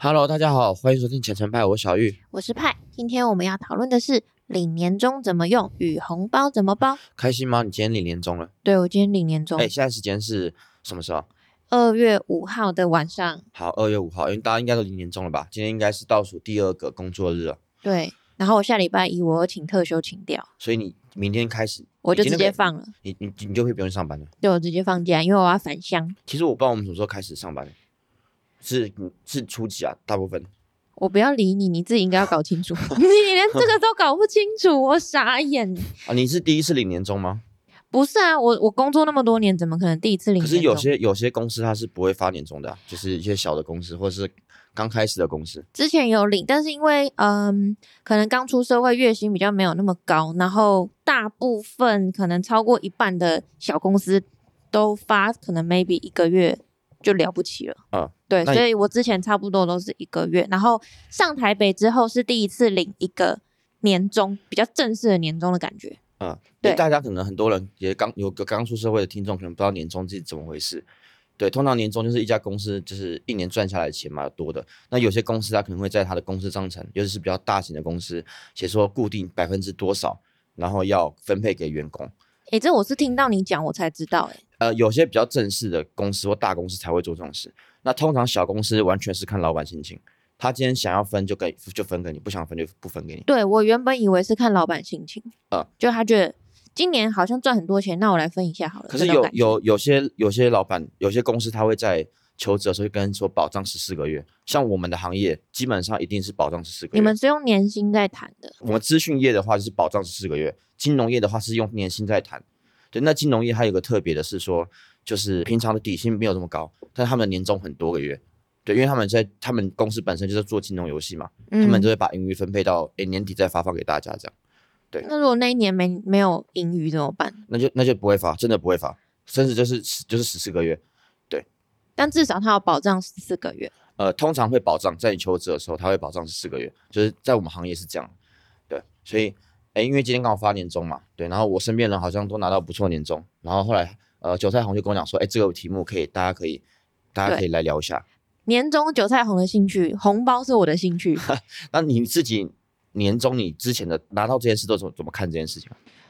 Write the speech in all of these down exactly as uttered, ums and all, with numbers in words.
Hello，大家好，欢迎收听前程派，我是小玉， 我是派。今天我们要讨论的是领年终怎么用与红包怎么包。 开心吗？你今天领年终了？ 对，我今天领年终。 哎，现在时间是什么时候？ 二月五号的晚上。 好，二月五号，因为大家应该都领年终了吧？今天应该是倒数第二个工作日了。 对，然后我下礼拜一我又请特休请掉， 所以你明天开始我就直接放了。 你你你就可以不用上班了。 对，我直接放假，因为我要返乡。 其实我不知道我们什么时候开始上班，是是初几啊？大部分。 我不要理你，你自己应该要搞清楚。你连这个都搞不清楚，我傻眼啊！你是第一次领年终吗？ 不是啊，我我工作那么多年，怎么可能第一次领年终？ 可是有些有些公司它是不会发年终的、啊，就是一些小的公司或者是刚开始的公司。 之前有领，但是因为嗯，可能刚出社会，月薪比较没有那么高，然后大部分可能超过一半的小公司都发，可能 maybe 一个月就了不起了。 嗯， 对，所以我之前差不多都是一个月，然后上台北之后是第一次领一个年终，比较正式的年终的感觉。 嗯，对，大家可能很多人也刚有个刚出社会的听众，可能不知道年终是怎么回事。对，通常年终就是一家公司就是一年赚下来的钱蛮多的。那有些公司它可能会在它的公司章程，尤其是比较大型的公司，写说固定百分之多少，然后要分配给员工。 诶，这我是听到你讲我才知道、欸。 呃，有些比较正式的公司或大公司才会做这种事。那通常小公司完全是看老板心情，他今天想要分就给就分给你，不想分就不分给你。 对，我原本以为是看老板心情， 呃， 就他觉得今年好像赚很多钱，那我来分一下好了。 可是有有有些有些老板有些公司他会在求职的时候跟人说保障十四个月，像我们的行业基本上一定是保障十四个月。 你们是用年薪在谈的？ 我们资讯业的话就是保障十四个月，金融业的话是用年薪在谈。对，那金融业还有个特别的是说，就是平常的底薪没有这么高，但他们的年终很多个月。对，因为他们在他们公司本身就是做金融游戏嘛，嗯、他们就会把盈余分配到诶年底再发放给大家这样。对， 那如果那一年没没有盈余怎么办？ 那就那就不会发，真的不会发，甚至就是就是十四个月。对， 但至少他有保障十四个月。 呃，通常会保障在你求职的时候，他会保障十四个月，就是在我们行业是这样。对，所以。哎，因为今天刚好发年终嘛，对，然后我身边人好像都拿到不错年终，然后后来呃韭菜红就跟我讲说，哎，这个题目可以，大家可以，大家可以来聊一下。 年终韭菜红的兴趣，红包是我的兴趣。 那你自己年终你之前的拿到这件事都怎么怎么看这件事情？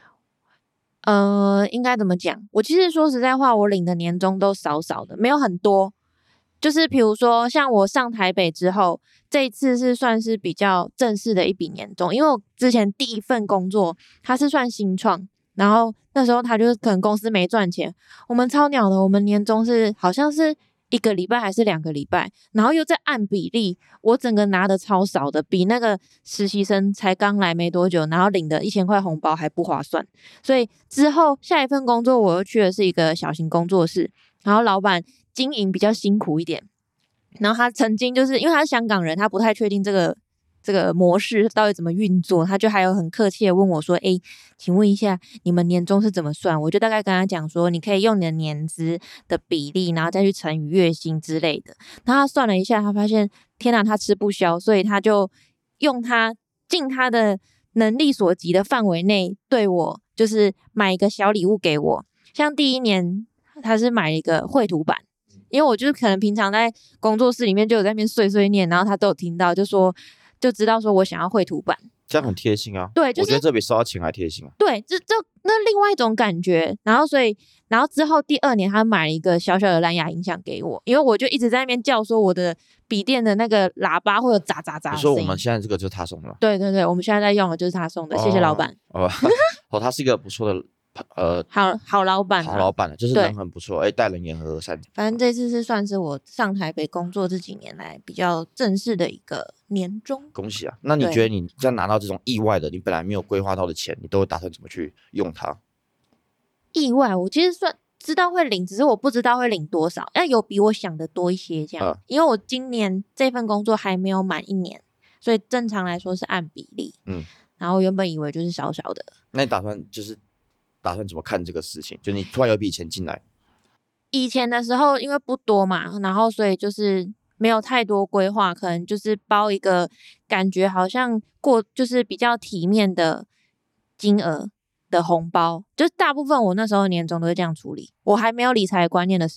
呃，应该怎么讲？我其实说实在话，我领的年终都少少的，没有很多。就是比如说，像我上台北之后，这一次是算是比较正式的一笔年终，因为我之前第一份工作它是算新创，然后那时候他就是可能公司没赚钱，我们超鸟的，我们年终是好像是一个礼拜还是两个礼拜，然后又再按比例，我整个拿的超少的，比那个实习生才刚来没多久，然后领的一千块红包还不划算，所以之后下一份工作我又去的是一个小型工作室，然后老板经营比较辛苦一点，然后他曾经就是因为他是香港人，他不太确定这个这个模式到底怎么运作，他就还有很客气的问我说，诶，请问一下你们年终是怎么算？我就大概跟他讲说，你可以用你的年资的比例，然后再去乘以月薪之类的。然后他算了一下，他发现天哪，他吃不消，所以他就用他尽他的能力所及的范围内对我就是买一个小礼物给我，像第一年他是买了一个绘图板，因为我就是可能平常在工作室里面就有在那边碎碎念，然后他都有听到，就说就知道说我想要绘图板， 这样很贴心啊。 对，就是、 我觉得这比收到钱还贴心啊。 对，这这那另外一种感觉。然后所以，然后之后第二年他买了一个小小的蓝牙音响给我，因为我就一直在那边叫说我的笔电的那个喇叭会有喳喳喳的声音。 你说我们现在这个就是他送的吗？ 对对对，我们现在在用的就是他送的，哦、谢谢老板。 哦，哦，他是一个不错的。呃， 好好老板、啊， 好老板就是人很不错，哎，待人也和善。 反正这次是算是我上台北工作这几年来比较正式的一个年终。 恭喜啊！那你觉得你这样拿到这种意外的，你本来没有规划到的钱，你都会打算怎么去用它？ 意外，我其实算知道会领，只是我不知道会领多少，要有比我想的多一些这样。嗯、因为我今年这份工作还没有满一年，所以正常来说是按比例。嗯，然后原本以为就是少少的。 那你打算就是打算怎么看这个事情？就你突然有笔钱进来， 以前的时候因为不多嘛，然后所以就是没有太多规划，可能就是包一个感觉好像过就是比较体面的金额的红包，就是大部分我那时候年终都是这样处理。我还没有理财观念的时候，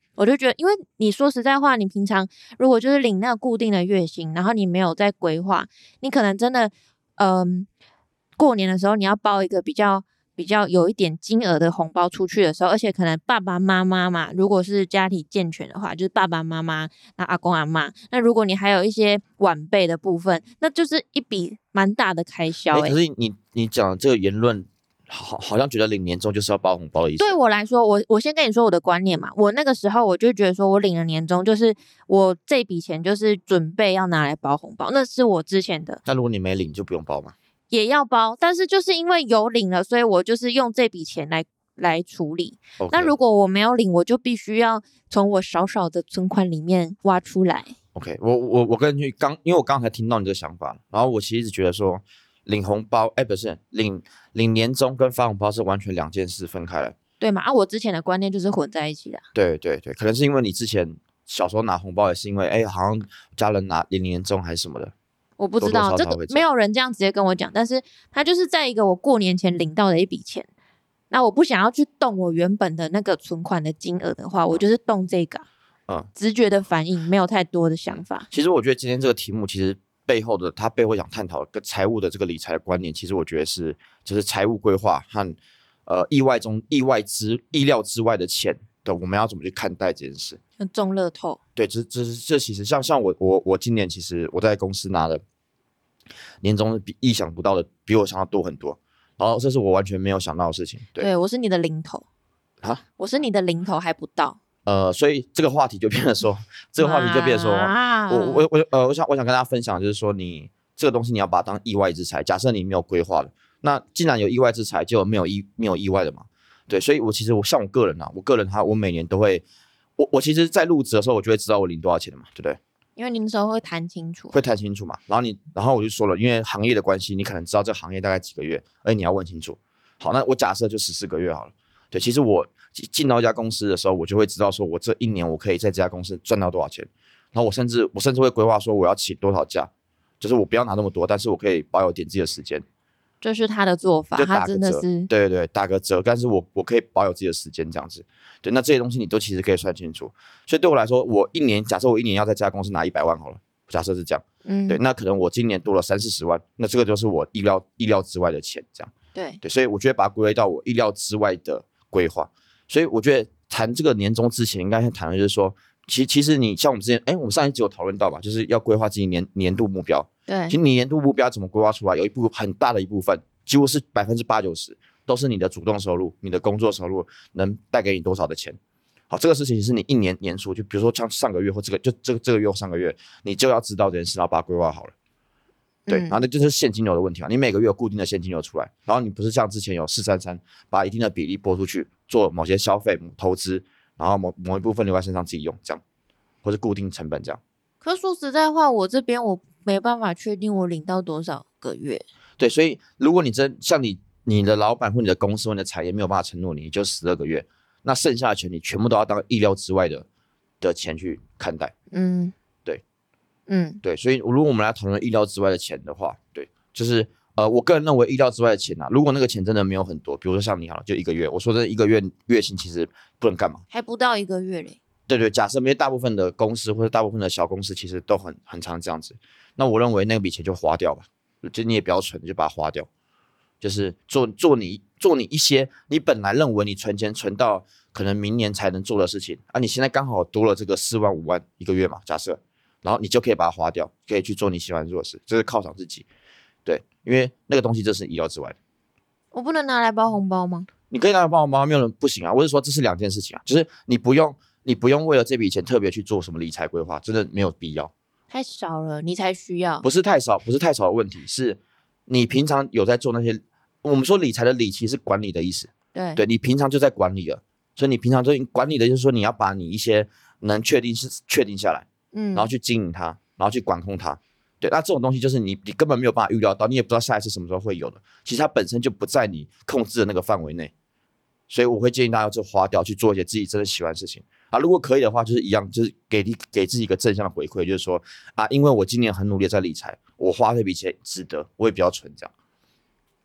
我就觉得，因为你说实在话，你平常如果就是领那个固定的月薪，然后你没有在规划，你可能真的，嗯，过年的时候你要包一个比较比较有一点金额的红包出去的时候，而且可能爸爸妈妈嘛，如果是家庭健全的话，就是爸爸妈妈、那阿公阿嬷，那如果你还有一些晚辈的部分，那就是一笔蛮大的开销、欸。 欸、可是你你讲的这个言论，好好像觉得领年终就是要包红包的意思。 对我来说，我我先跟你说我的观念嘛，我那个时候我就觉得说我领了年终，就是我这笔钱就是准备要拿来包红包，那是我之前的。 那如果你没领就不用包吗？ 也要包，但是就是因为有领了，所以我就是用这笔钱来来处理。 Okay. 那如果我没有领，我就必须要从我少少的存款里面挖出来。 OK， 我我我根据刚，因为我刚才听到你这个想法，然后我其实一直觉得说，领红包，哎，不是领领年终跟发红包是完全两件事分开来， 对嘛？啊，我之前的观念就是混在一起的。 对对对，可能是因为你之前小时候拿红包也是因为，哎，好像家人拿领年终还是什么的。 我不知道多多少少这个没有人这样直接跟我讲，但是他就是在一个我过年前领到的一笔钱，那我不想要去动我原本的那个存款的金额的话，我就是动这个，嗯，直觉的反应，没有太多的想法。 其实我觉得今天这个题目其实背后的，他背后想探讨跟财务的这个理财的观念，其实我觉得是就是财务规划和呃意外中意外之意料之外的钱的，我们要怎么去看待这件事？ 中乐透， 对，这这这其实像像我我我今年其实我在公司拿的年终比意想不到的，比我想要多很多，然后这是我完全没有想到的事情。对， 对我是你的零头啊，我是你的零头还不到。 呃，所以这个话题就变成说，这个话题就变成说，我我我呃，我想我想跟大家分享，就是说你这个东西你要把它当意外之财。假设你没有规划了，那既然有意外之财，就没有意没有意外的嘛。对，所以我其实我像我个人啊，我个人他我每年都会，我我其实在入职的时候，我就会知道我领多少钱的嘛，对不对？ 因为你那时候会谈清楚， 会谈清楚嘛。然后你，然后我就说了，因为行业的关系，你可能知道这个行业大概几个月，而且你要问清楚。好，那我假设就十四个月好了。对，其实我进到一家公司的时候，我就会知道说我这一年我可以在这家公司赚到多少钱。然后我甚至我甚至会规划说我要请多少假，就是我不要拿那么多，但是我可以保有点自己的时间。 这是他的做法，他真的是对对对，打个折，但是我我可以保有自己的时间这样子。对，那这些东西你都其实可以算清楚。所以对我来说，我一年假设我一年要在这家公司拿一百万好了，假设是这样，嗯，对，那可能我今年多了三四十万，那这个就是我意料意料之外的钱，这样。 对对，所以我觉得把它归类到我意料之外的规划。所以我觉得谈这个年终之前，应该先谈的就是说，其其实你像我们之前，哎，我们上一集有讨论到吧，就是要规划自己年年度目标。 对， 其实你年度目标怎么规划出来，有一部很大的一部分，几乎是百分之八九十，都是你的主动收入，你的工作收入能带给你多少的钱。好，这个事情是你一年年初，就比如说像上个月或这个就这个这个月或上个月，你就要知道这件事，然后把它规划好了。对，然后那就是现金流的问题嘛，你每个月有固定的现金流出来，然后你不是像之前有四三三，把一定的比例拨出去做某些消费投资，然后某某一部分留在身上自己用，这样，或是固定成本这样。 可说实在话，我这边我没办法确定我领到多少个月。 对，所以如果你真像你你的老板或你的公司或你的产业没有办法承诺你，你就十二个月，那剩下的钱你全部都要当意料之外的的钱去看待。嗯，对，嗯，对，所以如果我们来讨论意料之外的钱的话，对，就是呃，我个人认为意料之外的钱啊，如果那个钱真的没有很多，比如说像你好了，就一个月，我说这一个月月薪其实不能干嘛， 还不到一个月嘞。 对对，假设因为大部分的公司或者大部分的小公司其实都很很常这样子，那我认为那笔钱就花掉吧，就你也不要存，就把它花掉，就是做做你做你一些你本来认为你存钱存到可能明年才能做的事情啊，你现在刚好多了这个四万五万一个月嘛，假设，然后你就可以把它花掉，可以去做你喜欢做的事，这是犒赏自己，对，因为那个东西这是意料之外的。 我不能拿来包红包吗？ 你可以拿来包红包，没有人不行啊，我是说这是两件事情啊，就是你不用。你不用为了这笔钱特别去做什么理财规划，真的没有必要。 太少了，你才需要。 不是太少，不是太少的问题，是你平常有在做那些。我们说理财的理其实是管理的意思， 对， 对你平常就在管理了，所以你平常就管理的就是说你要把你一些能确定是确定下来，嗯，然后去经营它，然后去管控它。对，那这种东西就是你你根本没有办法预料到，你也不知道下一次什么时候会有的，其实它本身就不在你控制的那个范围内。所以我会建议大家就花掉去做一些自己真的喜欢的事情啊，如果可以的话，就是一样，就是给给自己一个正向的回馈，就是说啊，因为我今年很努力的在理财，我花这笔钱值得，我也比较存这样。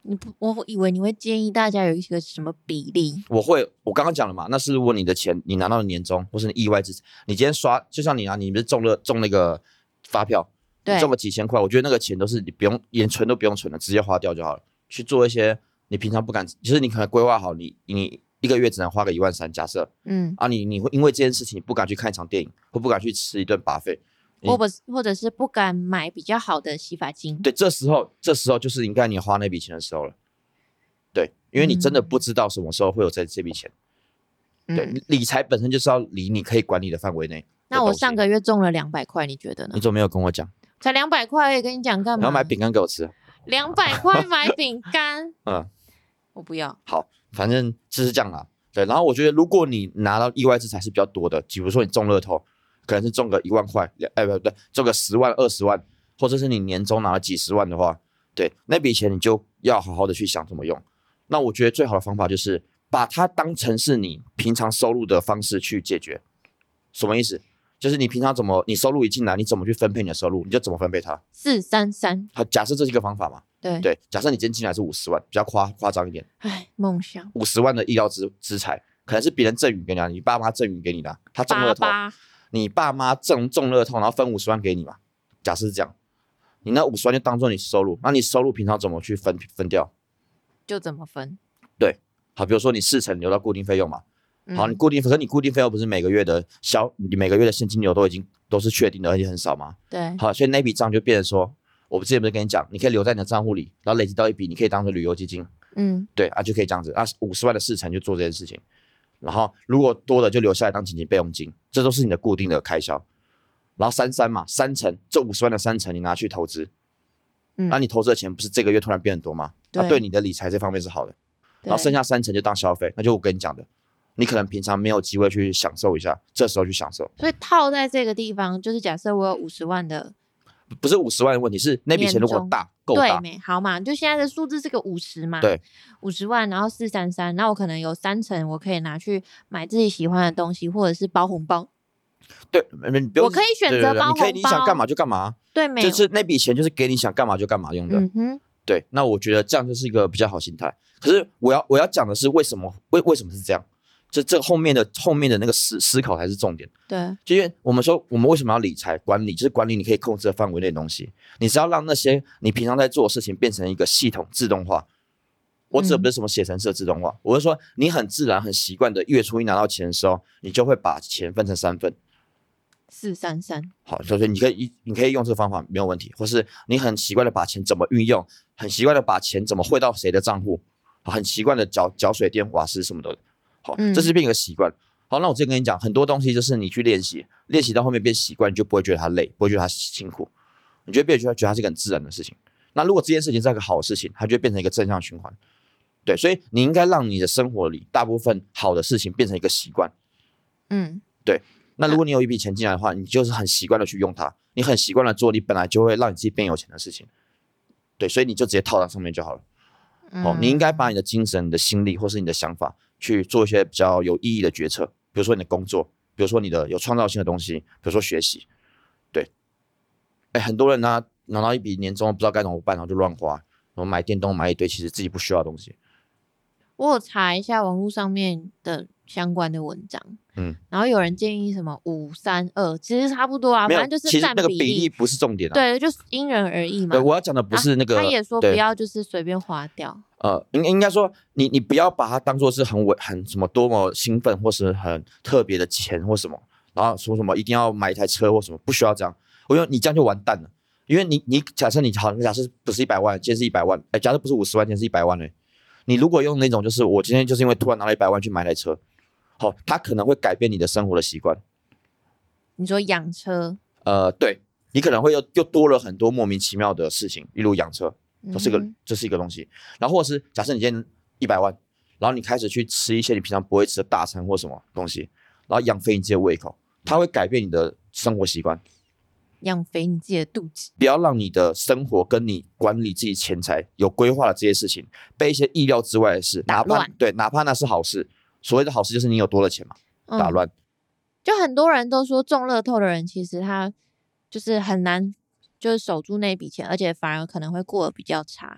你不，我以为你会建议大家有一个什么比例？ 我会，我刚刚讲了嘛，那是如果你的钱你拿到了年终，或是你意外之财，你今天刷，就像你啊，你不是中了中那个发票，你中个几千块，我觉得那个钱都是你不用连存都不用存了，直接花掉就好了，去做一些你平常不敢，就是你可能规划好你你一个月只能花个一万三，假设，嗯啊，你你会因为这件事情不敢去看一场电影，或不敢去吃一顿 buffet。 或者或者是不敢买比较好的洗发精， 对，这时候这时候就是应该你花那笔钱的时候了，对，因为你真的不知道什么时候会有这这笔钱，嗯、对，理财本身就是要离你可以管理的范围内。 那我上个月中了两百块，你觉得呢？ 你怎么没有跟我讲？ 才两百块，我也跟你讲干嘛？ 你要买饼干给我吃？ 两百块买饼干？嗯，我不要。 好，反正就是这样啦。对，然后我觉得如果你拿到意外之财是比较多的，比如说你中乐透。可能是中个一万块，哎不对，中个十万、二十万，或者是你年终拿了几十万的话，对，那笔钱你就要好好的去想怎么用。那我觉得最好的方法就是把它当成是你平常收入的方式去解决。什么意思？就是你平常怎么，你收入一进来，你怎么去分配你的收入，你就怎么分配它。 四三三。 好，假设这是一个方法嘛？ 对对，假设你今天进来是五十万，比较夸夸张一点。 哎，梦想。五十万的意料之之财，可能是别人赠予给你的，你爸妈赠予给你的，他中乐透。爸爸你爸妈中中乐透，然后分五十万给你嘛？假设是这样，你那五十万就当做你收入，那你收入平常怎么去分分掉？ 就怎么分？ 对，好，比如说你四成留到固定费用嘛，好，你固定，可是你固定费用不是每个月的消，你每个月的现金流都已经都是确定的，而且很少嘛。 对， 好，所以那笔账就变成说，我之前不是跟你讲，你可以留在你的账户里，然后累积到一笔，你可以当做旅游基金。嗯，对啊，就可以这样子，啊，五十万的四成就做这件事情。然后如果多的就留下来当紧急备用金，这都是你的固定的开销。然后三三嘛，三成，这五十万的三成你拿去投资，嗯，那你投资的钱不是这个月突然变很多吗？对，啊、对你的理财这方面是好的。然后剩下三成就当消费，那就我跟你讲的，你可能平常没有机会去享受一下，这时候去享受。 所以套在这个地方，就是假设我有五十万的， 不是五十万的问题，是那笔钱如果大够大， 对没好嘛？就现在的数字是个五十嘛， 对， 五十万，然后四三三，那我可能有三成我可以拿去买自己喜欢的东西，或者是包红包。 对， 我可以选择包红包， 你可以你想干嘛就干嘛， 对，没有， 就是那笔钱就是给你想干嘛就干嘛用的。嗯哼，对，那我觉得这样就是一个比较好心态。可是我要我要讲的是为什么为为什么是这样？这这后面的后面的那个思思考才是重点。 对， 就因为我们说我们为什么要理财管理，就是管理你可以控制的范围内的东西。你是要让那些你平常在做的事情变成一个系统自动化。我指的不是什么写程式的自动化，嗯、我是说你很自然很习惯的月初一拿到钱的时候，你就会把钱分成三份。 四三三， 好，所以你可以你可以用这个方法没有问题，或是你很习惯的把钱怎么运用，很习惯的把钱怎么汇到谁的账户，很习惯的缴缴水电瓦斯什么的，好，这是变一个习惯。好，那我之前跟你讲，很多东西就是你去练习，练习到后面变习惯，你就不会觉得它累，不会觉得它辛苦，你就变觉得觉得它是一个很自然的事情。那如果这件事情是一个好的事情，它就会变成一个正向循环。对，所以你应该让你的生活里大部分好的事情变成一个习惯。嗯，对。那如果你有一笔钱进来的话，你就是很习惯的去用它，你很习惯的做你本来就会让你自己变有钱的事情。对，所以你就直接套到上面就好了。嗯、哦，你应该把你的精神、你的心力或是你的想法去做一些比较有意义的决策，比如说你的工作，比如说你的有创造性的东西，比如说学习。对，哎，很多人呢拿到一笔年终不知道该怎么办，然后就乱花，然后买电动买一堆其实自己不需要的东西。 我有查一下网络上面的相关的文章，嗯，然后有人建议什么五三二，其实差不多啊，反正就是占比例，其实那个比例不是重点啊， 对，就是因人而异嘛。 对，我要讲的不是那个， 啊、他也说不要就是随便花掉。 呃，应应该说你你不要把它当做是很伟很什么多么兴奋或是很特别的钱或什么，然后说什么一定要买一台车或什么，不需要这样，我觉得你这样就完蛋了，因为你你假设你好，假设不是一百万，今天是一百万，哎，假设不是五十万，今天是一百万嘞。你如果用那种就是我今天就是因为突然拿了一百万去买台车，好、哦，它可能会改变你的生活的习惯。 你说养车？ 呃，对，你可能会又又多了很多莫名其妙的事情，例如养车，这是一个、嗯、这是一个东西。然后或者是假设你今天一百万，然后你开始去吃一些你平常不会吃的大餐或什么东西，然后养肥你自己的胃口，它会改变你的生活习惯。 养肥你自己的肚子， 不要让你的生活跟你管理自己钱财有规划的这些事情被一些意料之外的事打乱。 对，哪怕那是好事，所谓的好事就是你有多的钱嘛，嗯、打乱。 就很多人都说中乐透的人其实他就是很难就是守住那笔钱，而且反而可能会过得比较差。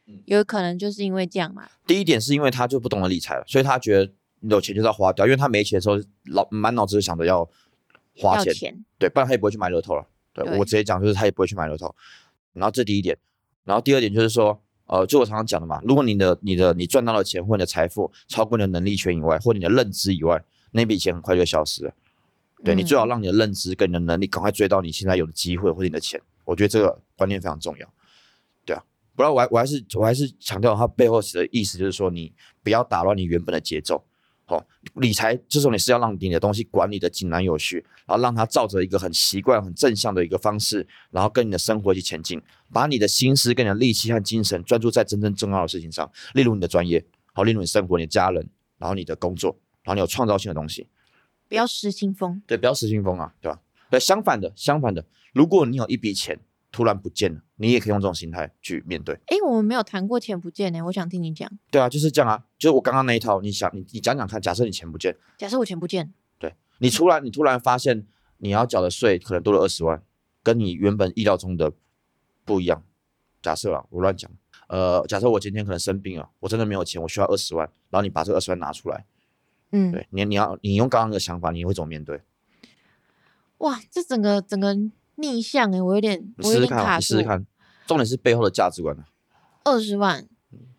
有可能就是因为这样嘛。 第一点是因为他就不懂得理财了，所以他觉得有钱就是要花掉，因为他没钱的时候，老满脑子就想着要花钱， 钱对，不然他也不会去买乐透了。对， 对我直接讲，就是他也不会去买乐透。然后这第一点，然后第二点就是说，呃，就我常常讲的嘛，如果你的你的你赚到的钱或你的财富超过你的能力圈以外，或你的认知以外，那笔钱很快就会消失了。对、嗯、你最好让你的认知跟你的能力赶快追到你现在有的机会或者你的钱，我觉得这个观念非常重要。对啊，不然我还我还是我还是强调它背后的意思，就是说你不要打乱你原本的节奏。哦，理财这时候你是要让你的东西管理的井然有序，然后让它照着一个很习惯、很正向的一个方式，然后跟你的生活一起前进，把你的心思、跟你的力气和精神专注在真正重要的事情上，例如你的专业，好，例如你生活、你的家人，然后你的工作，然后你有创造性的东西， 不要失心疯。 对，不要失心疯啊，对吧？对，相反的，相反的，如果你有一笔钱突然不见了，你也可以用这种心态去面对。 哎，我们没有谈过钱不见呢，我想听你讲。 对啊，就是这样啊，就是我刚刚那一套，你想你你讲讲看，假设你钱不见， 假设我钱不见， 对，你突然你突然发现你要缴的税可能多了二十万，跟你原本意料中的不一样。假设啊，我乱讲，呃，假设我今天可能生病了，我真的没有钱，我需要二十万，然后你把这个二十万拿出来，嗯，对你你要你用刚刚的想法，你会怎么面对？ 哇，这整个整个逆向哎，我有点我有点卡住。 你试试看，重点是背后的价值观啊。 二十万，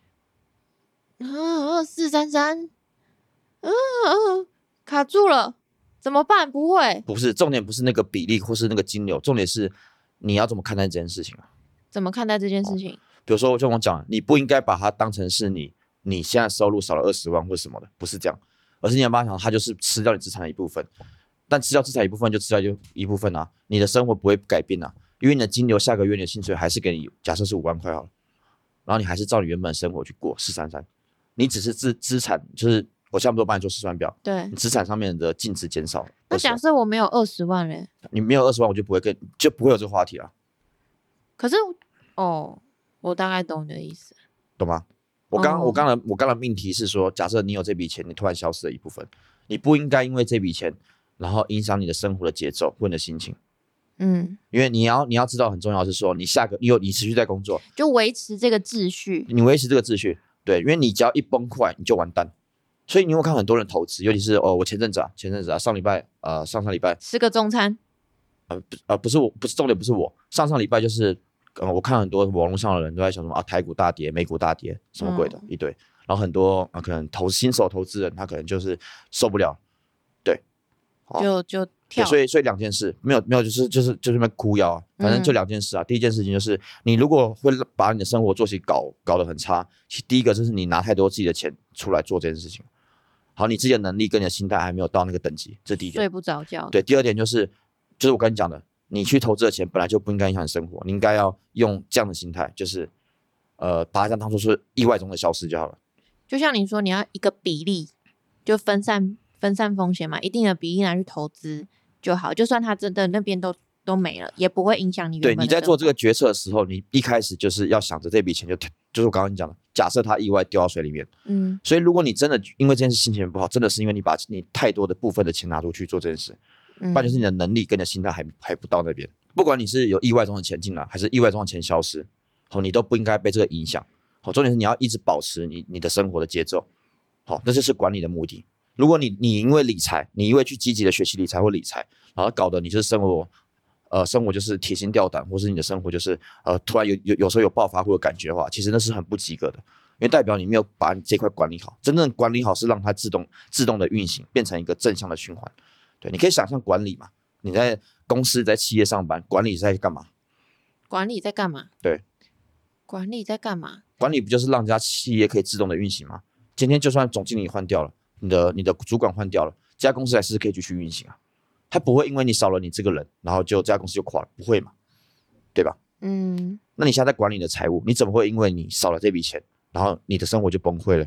啊，四三三，啊，卡住了，怎么办？不会， 不是重点，不是那个比例或是那个金流，重点是你要怎么看待这件事情啊？ 怎么看待这件事情？哦、 比如说，就我讲，你不应该把它当成是你你现在收入少了二十万或什么的，不是这样，而是你要把它想，它就是吃掉你资产的一部分。但吃掉资产一部分就吃掉就一部分啊，你的生活不会改变啊，因为你的金流下个月你的薪水还是给你，假设是五万块好了，然后你还是照你原本的生活去过四三三，你只是资资产就是我差不多帮你做试算表， 对， 你资产上面的净值减少。 那假设我没有二十万嘞， 你没有二十万，我就不会跟就不会有这个话题了。 可是哦，我大概懂你的意思， 懂吗？我刚、哦、我刚的我刚的命题是说，假设你有这笔钱，你突然消失了一部分，你不应该因为这笔钱。然后影响你的生活的节奏或你的心情，嗯，因为你要你要知道很重要的是说，你下个你有你持续在工作， 就维持这个秩序， 你维持这个秩序，对，因为你只要一崩溃，你就完蛋。所以你有看很多人投资，尤其是哦，我前阵子啊，前阵子啊，上礼拜呃，上上礼拜吃个中餐， 呃不呃不是我，不是重点，不是我，上上礼拜就是，呃，我看很多网络上的人都在想什么啊，台股大跌，美股大跌，什么鬼的、嗯、一堆，然后很多啊可能投新手投资人他可能就是受不了。 就就跳， 所以所以两件事，没有没有就是就是就是那哭腰啊，反正就两件事啊。嗯、第一件事情就是，你如果会把你的生活作息搞搞得很差，第一个就是你拿太多自己的钱出来做这件事情，好，你自己的能力跟你的心态还没有到那个等级，这是第一点。 睡不着觉。 对，第二点就是就是我跟你讲的，你去投资的钱本来就不应该影响你生活，你应该要用这样的心态，就是呃把它当作是意外中的消失就好了。 就像你说，你要一个比例，就分散。分散风险嘛，一定的比例拿去投资就好，就算他真的那边都都没了，也不会影响你原本的。 对，你在做这个决策的时候，你一开始就是要想着这笔钱就就是我刚刚讲的，假设它意外掉到水里面，嗯，所以如果你真的因为这件事心情不好，真的是因为你把你太多的部分的钱拿出去做这件事，嗯，不然就是你的能力跟你的心态还还不到那边。不管你是有意外中的钱进来，还是意外中的钱消失，好，你都不应该被这个影响。好，重点是你要一直保持你你的生活的节奏，好，那就是管理的目的。如果你你因为理财，你因为去积极的学习理财或理财，然后搞得你就是生活，呃，生活就是提心吊胆，或是你的生活就是呃突然有有有时候有爆发或有感觉的话，其实那是很不及格的，因为代表你没有把你这块管理好。真正管理好是让它自动自动的运行，变成一个正向的循环。对，你可以想象管理嘛，你在公司在企业上班，管理在干嘛？ 管理在干嘛？ 对， 管理在干嘛？ 管理不就是让家企业可以自动的运行吗？今天就算总经理换掉了。你的你的主管换掉了，这家公司还是可以继续运行啊，它不会因为你少了你这个人，然后就这家公司就垮了，不会嘛，对吧？嗯，那你现在在管理你的财务，你怎么会因为你少了这笔钱，然后你的生活就崩溃了？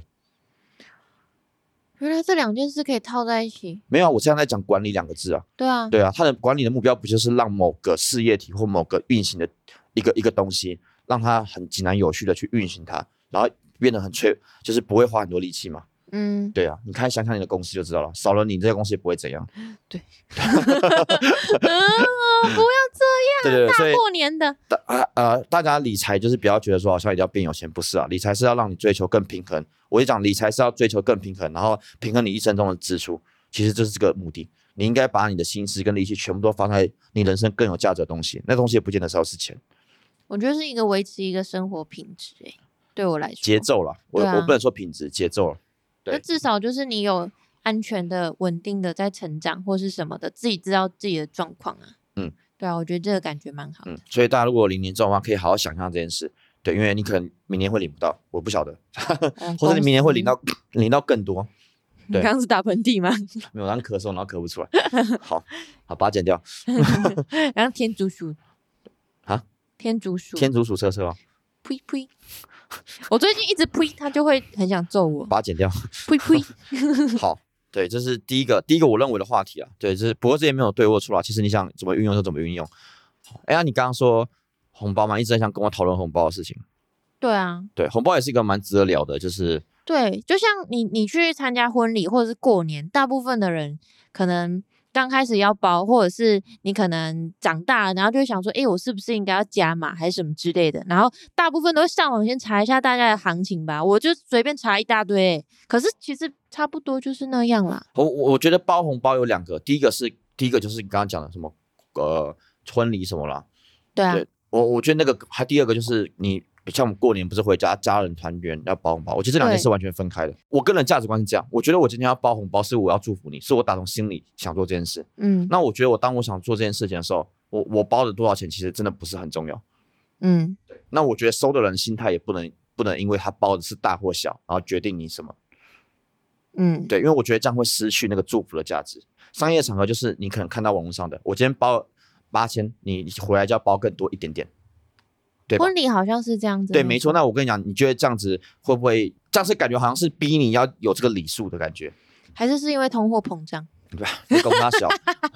原来这两件事可以套在一起。 没有啊，我现在在讲管理两个字啊。 对啊， 对啊，他的管理的目标不就是让某个事业体或某个运行的一个一个东西，让它很井然有序的去运行它，然后变得很脆，就是不会花很多力气嘛。嗯，对啊，你看想想你的公司就知道了，少了你这家公司也不会怎样。 对，嗯，不要这这样？ 对对对，所以大过年的， 大呃，大家理财就是不要觉得说好像一定要变有钱，不是啊，理财是要让你追求更平衡。我就讲理财是要追求更平衡，然后平衡你一生中的支出，其实就是这个目的。你应该把你的心思跟力气全部都放在你人生更有价值的东西，那东西也不见得是要是钱。 我觉得是一个维持一个生活品质、欸，对我来说， 节奏啦，我、 啊、 我不能说品质，节奏了。对， 那至少就是你有安全的、稳定的在成长或是什么的，自己知道自己的状况啊。 嗯， 对啊，我觉得这个感觉蛮好的。 嗯，所以大家如果领年终的话，可以好好想象这件事。对，因为你可能明年会领不到，我不晓得， 嗯、 或者你明年会领到领到更多。 你刚刚是打喷嚏吗？ 没有，刚咳嗽，然后咳不出来。好，好，把它剪掉。 然后天竺鼠啊， 天竺鼠， 天竺鼠车车哦。 呸呸！我最近一直呸，它就会很想揍我。 把它剪掉。 呸呸！ 好，对，这是第一个，第一个我认为的话题啊。对，就是不过这也没有对或错啦。其实你想怎么运用就怎么运用。哎呀，你刚刚说红包嘛，一直很想跟我讨论红包的事情。 对啊， 对，红包也是一个蛮值得聊的，就是对，就像你你去参加婚礼或者是过年，大部分的人可能刚开始要包，或者是你可能长大了，然后就会想说，哎，我是不是应该要加码还是什么之类的？然后大部分都会上网先查一下大家的行情吧，我就随便查一大堆，可是其实差不多就是那样啦。 我我觉得包红包有两个，第一个是第一个就是你刚刚讲的什么呃婚礼什么啦， 对啊， 对我我觉得那个还第二个就是你。像我们过年不是回家家人团圆要包红包，我觉得这两件事完全分开的。我个人价值观是这样，我觉得我今天要包红包是我要祝福你，是我打从心里想做这件事。 嗯， 那我觉得我当我想做这件事情的时候，我我包的多少钱其实真的不是很重要。 嗯， 那我觉得收的人心态也不能不能因为他包的是大或小，然后决定你什么。 嗯， 对，因为我觉得这样会失去那个祝福的价值。商业场合就是你可能看到网络上的，我今天包八千，你回来就要包更多一点点。 婚礼好像是这样子， 对，没错。那我跟你讲，你觉得这样子会不会这样是感觉好像是逼你要有这个礼数的感觉？ 还是是因为通货膨胀？ 对，你供他小。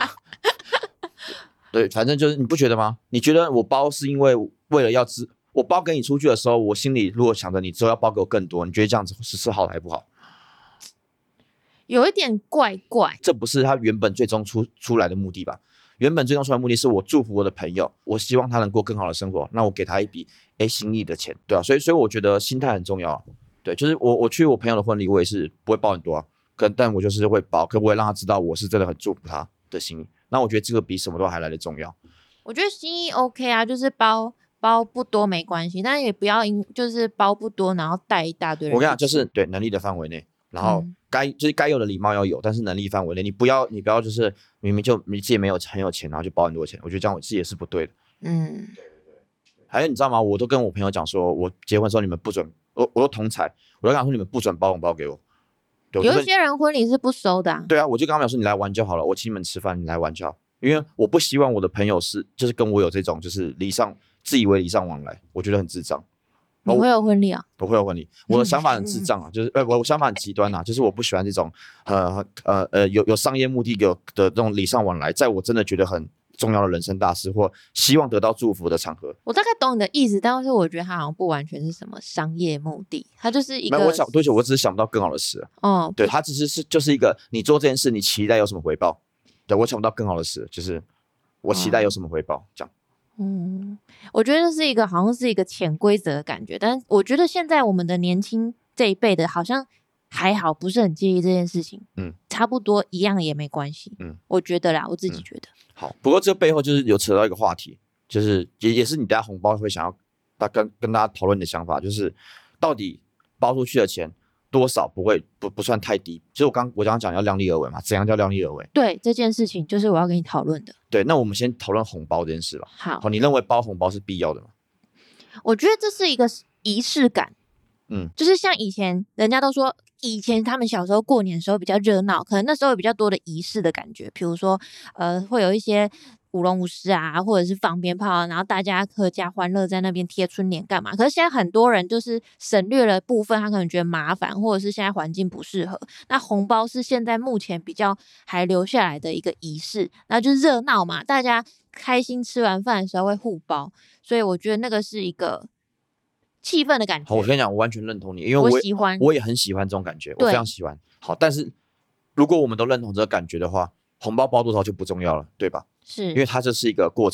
对，反正就是你不觉得吗？你觉得我包是因为为了要知我包给你出去的时候，我心里如果想着你之后要包给我更多，你觉得这样子是是好还不好？ 有一点怪怪， 这不是他原本最终出出来的目的吧？原本最终出来的目的是我祝福我的朋友，我希望他能过更好的生活，那我给他一笔哎心意的钱，对啊，所以所以我觉得心态很重要啊。对，就是我我去我朋友的婚礼，我也是不会包很多啊，可但我就是会包，可不可以让他知道我是真的很祝福他的心意？那我觉得这个比什么都还来得重要。 我觉得心意 OK 啊，就是包包不多没关系，但也不要因就是包不多然后带一大堆人。 我跟你讲，就是对能力的范围内。然后该、嗯、就是该有的礼貌要有，但是能力范围内，你不要你不要就是明明就你自己没有很有钱，然后就包很多钱，我觉得这样我自己也是不对的。 嗯， 还有你知道吗？我都跟我朋友讲说，我结婚的时候你们不准，我我都同彩，我都跟他说你们不准包红包给我。 对，有一些人婚礼是不收的、啊。 对啊，我就跟他们说你来玩就好了，我请你们吃饭，你来玩就好，因为我不希望我的朋友是就是跟我有这种就是礼尚自以为礼尚往来，我觉得很智障。 你会有婚礼啊？ 我会有婚礼，我的想法很智障啊，就是呃，我想法很极端啊，就是我不喜欢这种呃呃呃有有商业目的有的这种礼尚往来，在我真的觉得很重要的人生大事或希望得到祝福的场合。 我大概懂你的意思，但是我觉得它好像不完全是什么商业目的，它就是一个。 没有，我想对不起，我只是想不到更好的事。哦，对，它只是是就是一个你做这件事，你期待有什么回报？对，我想不到更好的事，就是我期待有什么回报，哦、这样。 嗯，我觉得这是一个好像是一个潜规则的感觉，但我觉得现在我们的年轻这一辈的好像还好，不是很介意这件事情，嗯，差不多一样也没关系，嗯，我觉得啦，我自己觉得。 嗯、好，不过这背后就是有扯到一个话题，就是也也是你等下红包会想要大跟跟大家讨论的想法，就是到底包出去的钱多少不会不不算太低，就是我刚我刚刚讲要量力而为嘛，怎样叫量力而为？ 对，这件事情就是我要跟你讨论的。 对，那我们先讨论红包这件事吧。 好， 好，你认为包红包是必要的吗？ 我觉得这是一个仪式感，嗯，就是像以前人家都说，以前他们小时候过年的时候比较热闹，可能那时候有比较多的仪式的感觉，比如说呃会有一些舞龙舞狮啊，或者是放鞭炮啊，然后大家合家欢乐在那边贴春联干嘛？可是现在很多人就是省略了部分，他可能觉得麻烦，或者是现在环境不适合。那红包是现在目前比较还留下来的一个仪式，然后就是热闹嘛，大家开心吃完饭的时候会互包，所以我觉得那个是一个气氛的感觉。 好，我跟你讲，我完全认同你，因为 我, 我喜欢， 我也很喜欢这种感觉，我非常喜欢。好，但是如果我们都认同这个感觉的话，红包包多少就不重要了，对吧？ 是， 因为它这是一个过程，